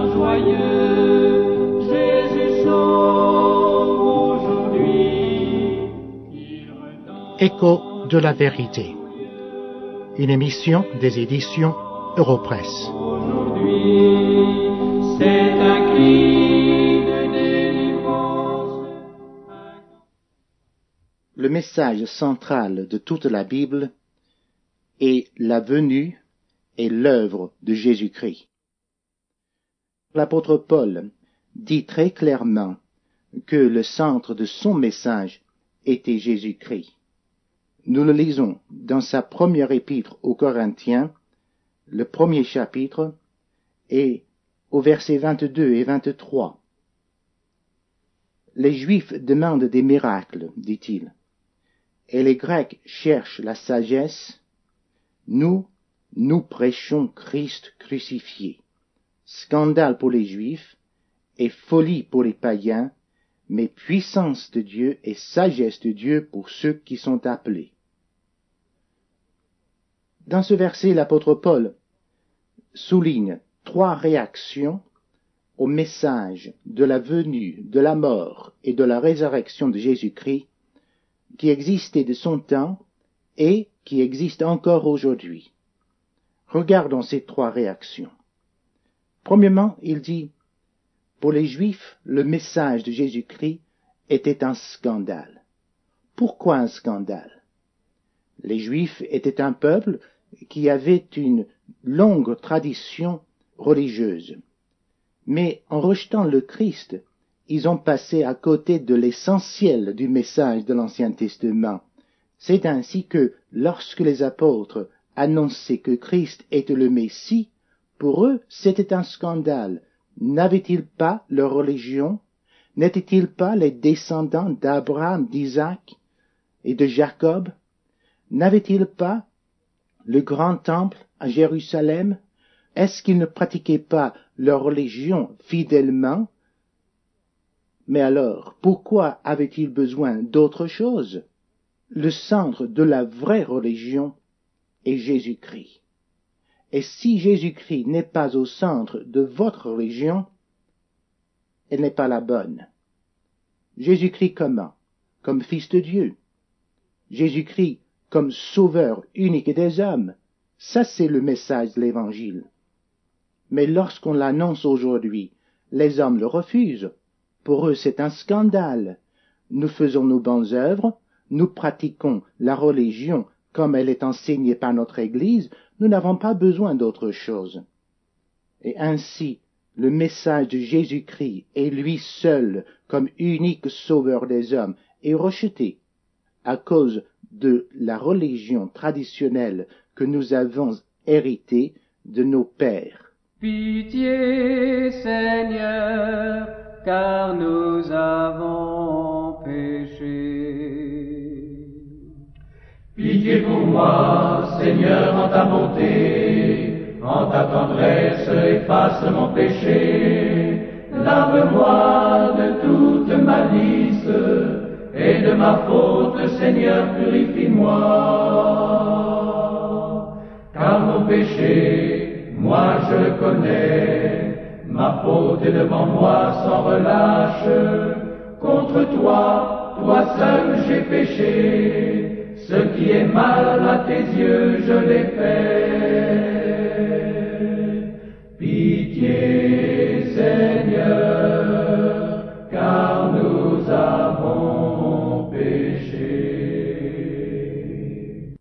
joyeux, Jésus sauve aujourd'hui. Écho de la vérité. Une émission des éditions Europresse. Aujourd'hui, c'est un cri de délivrance. Le message central de toute la Bible est la venue et l'œuvre de Jésus-Christ. L'apôtre Paul dit très clairement que le centre de son message était Jésus-Christ. Nous le lisons dans sa première épître aux Corinthiens, le premier chapitre, et au verset 22 et 23. Les Juifs demandent des miracles, dit-il, et les Grecs cherchent la sagesse. Nous prêchons Christ crucifié. Scandale pour les Juifs et folie pour les païens, mais puissance de Dieu et sagesse de Dieu pour ceux qui sont appelés. Dans ce verset, l'apôtre Paul souligne 3 réactions au message de la venue, de la mort et de la résurrection de Jésus-Christ qui existaient de son temps et qui existent encore aujourd'hui. Regardons ces 3 réactions. Premièrement, il dit, pour les Juifs, le message de Jésus-Christ était un scandale. Pourquoi un scandale? Les Juifs étaient un peuple qui avait une longue tradition religieuse. Mais en rejetant le Christ, ils ont passé à côté de l'essentiel du message de l'Ancien Testament. C'est ainsi que, lorsque les apôtres annonçaient que Christ était le Messie, pour eux, c'était un scandale. N'avaient-ils pas leur religion? N'étaient-ils pas les descendants d'Abraham, d'Isaac et de Jacob? N'avaient-ils pas le grand temple à Jérusalem? Est-ce qu'ils ne pratiquaient pas leur religion fidèlement? Mais alors, pourquoi avaient-ils besoin d'autre chose? Le centre de la vraie religion est Jésus-Christ. Et si Jésus-Christ n'est pas au centre de votre religion, elle n'est pas la bonne. Jésus-Christ comment? Comme Fils de Dieu. Jésus-Christ comme Sauveur unique des hommes. Ça, c'est le message de l'Évangile. Mais lorsqu'on l'annonce aujourd'hui, les hommes le refusent. Pour eux, c'est un scandale. Nous faisons nos bonnes œuvres, nous pratiquons la religion comme elle est enseignée par notre Église, nous n'avons pas besoin d'autre chose. Et ainsi, le message de Jésus-Christ et lui seul comme unique sauveur des hommes est rejeté à cause de la religion traditionnelle que nous avons héritée de nos pères. Pitié, Seigneur, car nous avons péché. Pitié pour moi, Seigneur, en ta bonté, en ta tendresse, efface mon péché. Lave-moi de toute malice, et de ma faute, Seigneur, purifie-moi. Car mon péché, moi je le connais, ma faute est devant moi sans relâche. Contre toi, toi seul j'ai péché, ce qui est mal à tes yeux, je l'ai fait. Pitié, Seigneur, car nous avons péché.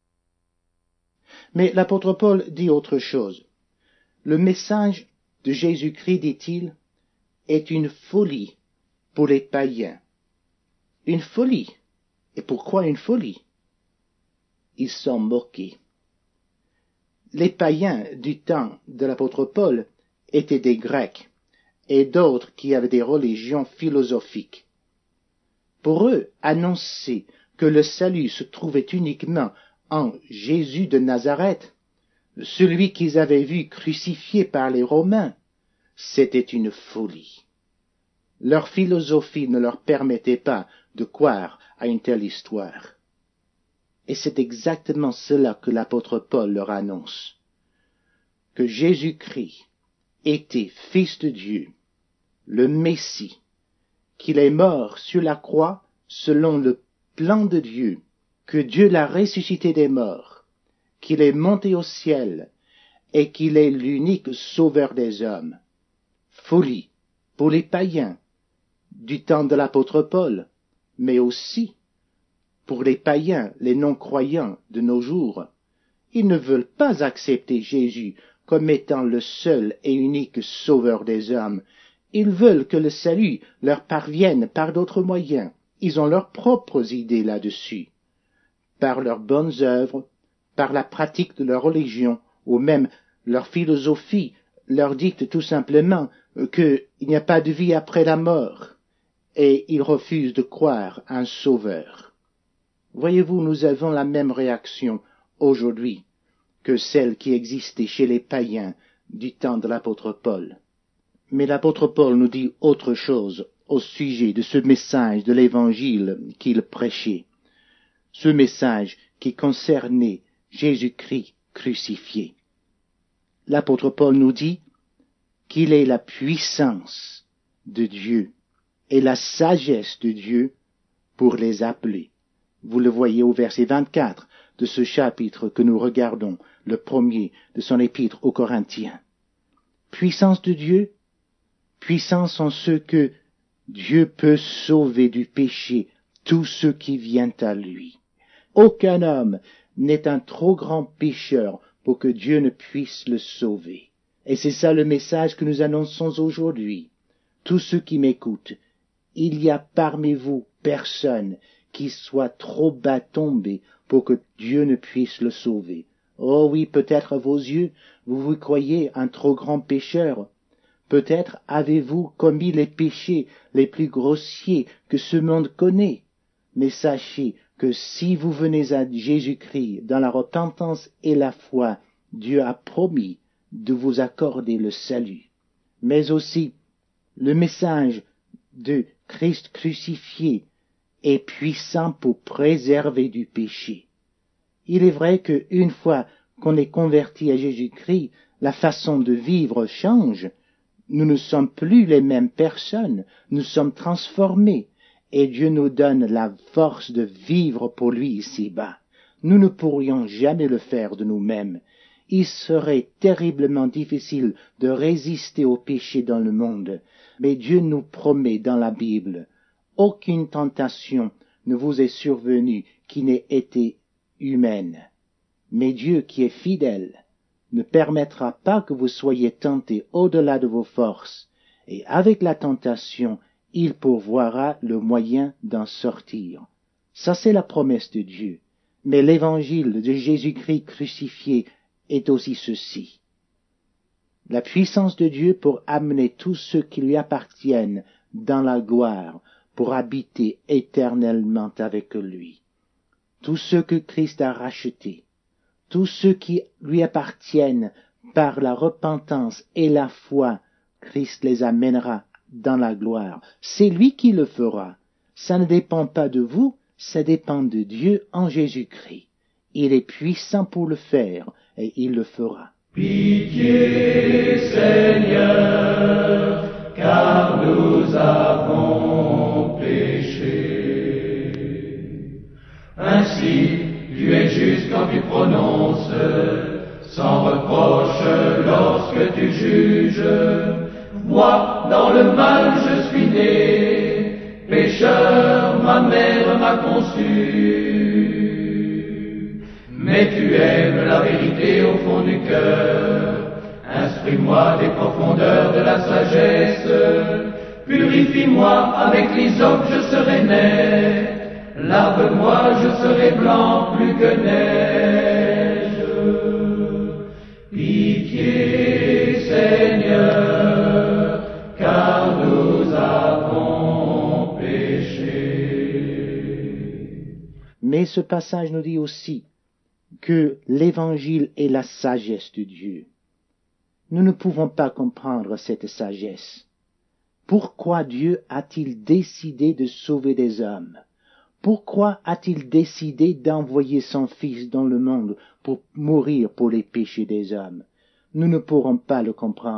Mais l'apôtre Paul dit autre chose. Le message de Jésus-Christ, dit-il, est une folie pour les païens. Une folie. Et pourquoi une folie? Ils sont moqués. Les païens du temps de l'apôtre Paul étaient des Grecs et d'autres qui avaient des religions philosophiques. Pour eux, annoncer que le salut se trouvait uniquement en Jésus de Nazareth, celui qu'ils avaient vu crucifié par les Romains, c'était une folie. Leur philosophie ne leur permettait pas de croire à une telle histoire. Et c'est exactement cela que l'apôtre Paul leur annonce, que Jésus-Christ était Fils de Dieu, le Messie, qu'il est mort sur la croix selon le plan de Dieu, que Dieu l'a ressuscité des morts, qu'il est monté au ciel et qu'il est l'unique sauveur des hommes. Folie pour les païens du temps de l'apôtre Paul, mais aussi pour les païens, les non-croyants de nos jours. Ils ne veulent pas accepter Jésus comme étant le seul et unique sauveur des hommes. Ils veulent que le salut leur parvienne par d'autres moyens. Ils ont leurs propres idées là-dessus. Par leurs bonnes œuvres, par la pratique de leur religion, ou même leur philosophie, leur dicte tout simplement qu'il n'y a pas de vie après la mort, et ils refusent de croire un sauveur. Voyez-vous, nous avons la même réaction aujourd'hui que celle qui existait chez les païens du temps de l'apôtre Paul. Mais l'apôtre Paul nous dit autre chose au sujet de ce message de l'évangile qu'il prêchait, ce message qui concernait Jésus-Christ crucifié. L'apôtre Paul nous dit qu'il est la puissance de Dieu et la sagesse de Dieu pour les appeler. Vous le voyez au verset 24 de ce chapitre que nous regardons, le premier de son épître aux Corinthiens. Puissance de Dieu, puissance en ce que Dieu peut sauver du péché tous ceux qui viennent à lui. Aucun homme n'est un trop grand pécheur pour que Dieu ne puisse le sauver. Et c'est ça le message que nous annonçons aujourd'hui. Tous ceux qui m'écoutent, il y a parmi vous personne qui soit trop bas tombé pour que Dieu ne puisse le sauver. Oh oui, peut-être à vos yeux, vous vous croyez un trop grand pécheur. Peut-être avez-vous commis les péchés les plus grossiers que ce monde connaît. Mais sachez que si vous venez à Jésus-Christ dans la repentance et la foi, Dieu a promis de vous accorder le salut. Mais aussi, le message de Christ crucifié est puissant pour préserver du péché. Il est vrai qu'une fois qu'on est converti à Jésus-Christ, la façon de vivre change. Nous ne sommes plus les mêmes personnes, nous sommes transformés, et Dieu nous donne la force de vivre pour lui ici-bas. Nous ne pourrions jamais le faire de nous-mêmes. Il serait terriblement difficile de résister au péché dans le monde, mais Dieu nous promet dans la Bible, aucune tentation ne vous est survenue qui n'ait été humaine. Mais Dieu qui est fidèle ne permettra pas que vous soyez tentés au-delà de vos forces, et avec la tentation, il pourvoira le moyen d'en sortir. Ça, c'est la promesse de Dieu. Mais l'évangile de Jésus-Christ crucifié est aussi ceci. La puissance de Dieu pour amener tous ceux qui lui appartiennent dans la gloire, pour habiter éternellement avec lui. Tous ceux que Christ a rachetés, tous ceux qui lui appartiennent par la repentance et la foi, Christ les amènera dans la gloire. C'est lui qui le fera. Ça ne dépend pas de vous, ça dépend de Dieu en Jésus-Christ. Il est puissant pour le faire et il le fera. Pitié, Seigneur, car nous avons péché. Ainsi, tu es juste quand tu prononces, sans reproche lorsque tu juges. Moi, dans le mal je suis né, pécheur, ma mère m'a conçu. Mais tu aimes la vérité au fond du cœur, instruis-moi des profondeurs de la sagesse, purifie-moi avec l'hysope, je serai net, lave-moi, je serai blanc plus que neige. Pitié, Seigneur, car nous avons péché. Mais ce passage nous dit aussi que l'évangile est la sagesse de Dieu. Nous ne pouvons pas comprendre cette sagesse. Pourquoi Dieu a-t-il décidé de sauver des hommes? Pourquoi a-t-il décidé d'envoyer son Fils dans le monde pour mourir pour les péchés des hommes? Nous ne pourrons pas le comprendre.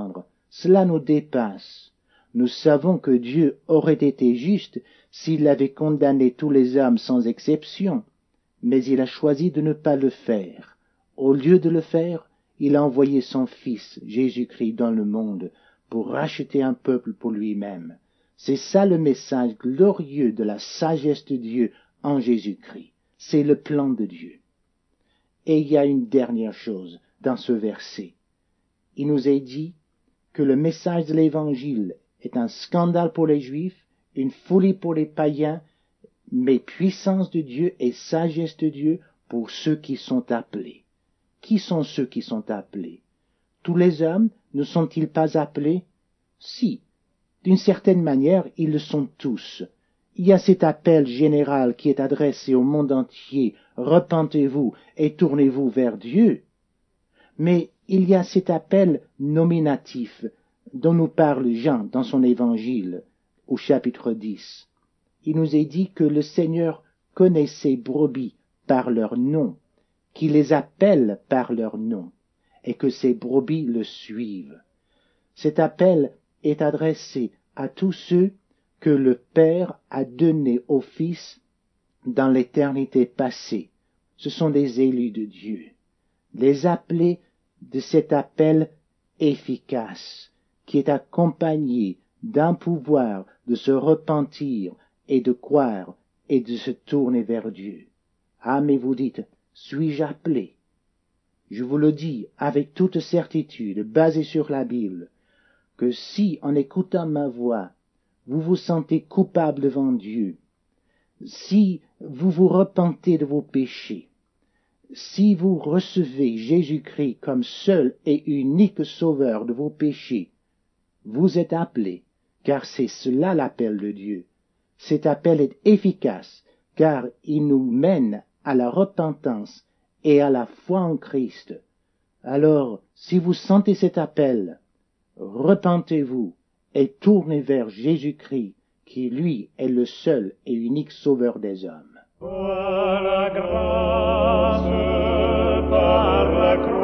Cela nous dépasse. Nous savons que Dieu aurait été juste s'il avait condamné tous les hommes sans exception, mais il a choisi de ne pas le faire. Au lieu de le faire, il a envoyé son Fils, Jésus-Christ, dans le monde pour racheter un peuple pour lui-même. C'est ça le message glorieux de la sagesse de Dieu en Jésus-Christ. C'est le plan de Dieu. Et il y a une dernière chose dans ce verset. Il nous est dit que le message de l'Évangile est un scandale pour les Juifs, une folie pour les païens, mais puissance de Dieu et sagesse de Dieu pour ceux qui sont appelés. Qui sont ceux qui sont appelés? Tous les hommes ne sont-ils pas appelés? Si, d'une certaine manière, ils le sont tous. Il y a cet appel général qui est adressé au monde entier, repentez-vous et tournez-vous vers Dieu. Mais il y a cet appel nominatif dont nous parle Jean dans son évangile au chapitre 10. Il nous est dit que le Seigneur connaît ses brebis par leur nom, qu'il les appelle par leur nom, et que ses brebis le suivent. Cet appel est adressé à tous ceux que le Père a donnés au Fils dans l'éternité passée. Ce sont des élus de Dieu. Les appelés de cet appel efficace, qui est accompagné d'un pouvoir de se repentir et de croire et de se tourner vers Dieu. Ah, mais vous dites, suis-je appelé? Je vous le dis avec toute certitude, basée sur la Bible, que si, en écoutant ma voix, vous vous sentez coupable devant Dieu, si vous vous repentez de vos péchés, si vous recevez Jésus-Christ comme seul et unique sauveur de vos péchés, vous êtes appelés, car c'est cela l'appel de Dieu. Cet appel est efficace, car il nous mène à la repentance et à la foi en Christ. Alors, si vous sentez cet appel, repentez-vous et tournez vers Jésus-Christ, qui lui est le seul et unique sauveur des hommes. Par la grâce, par la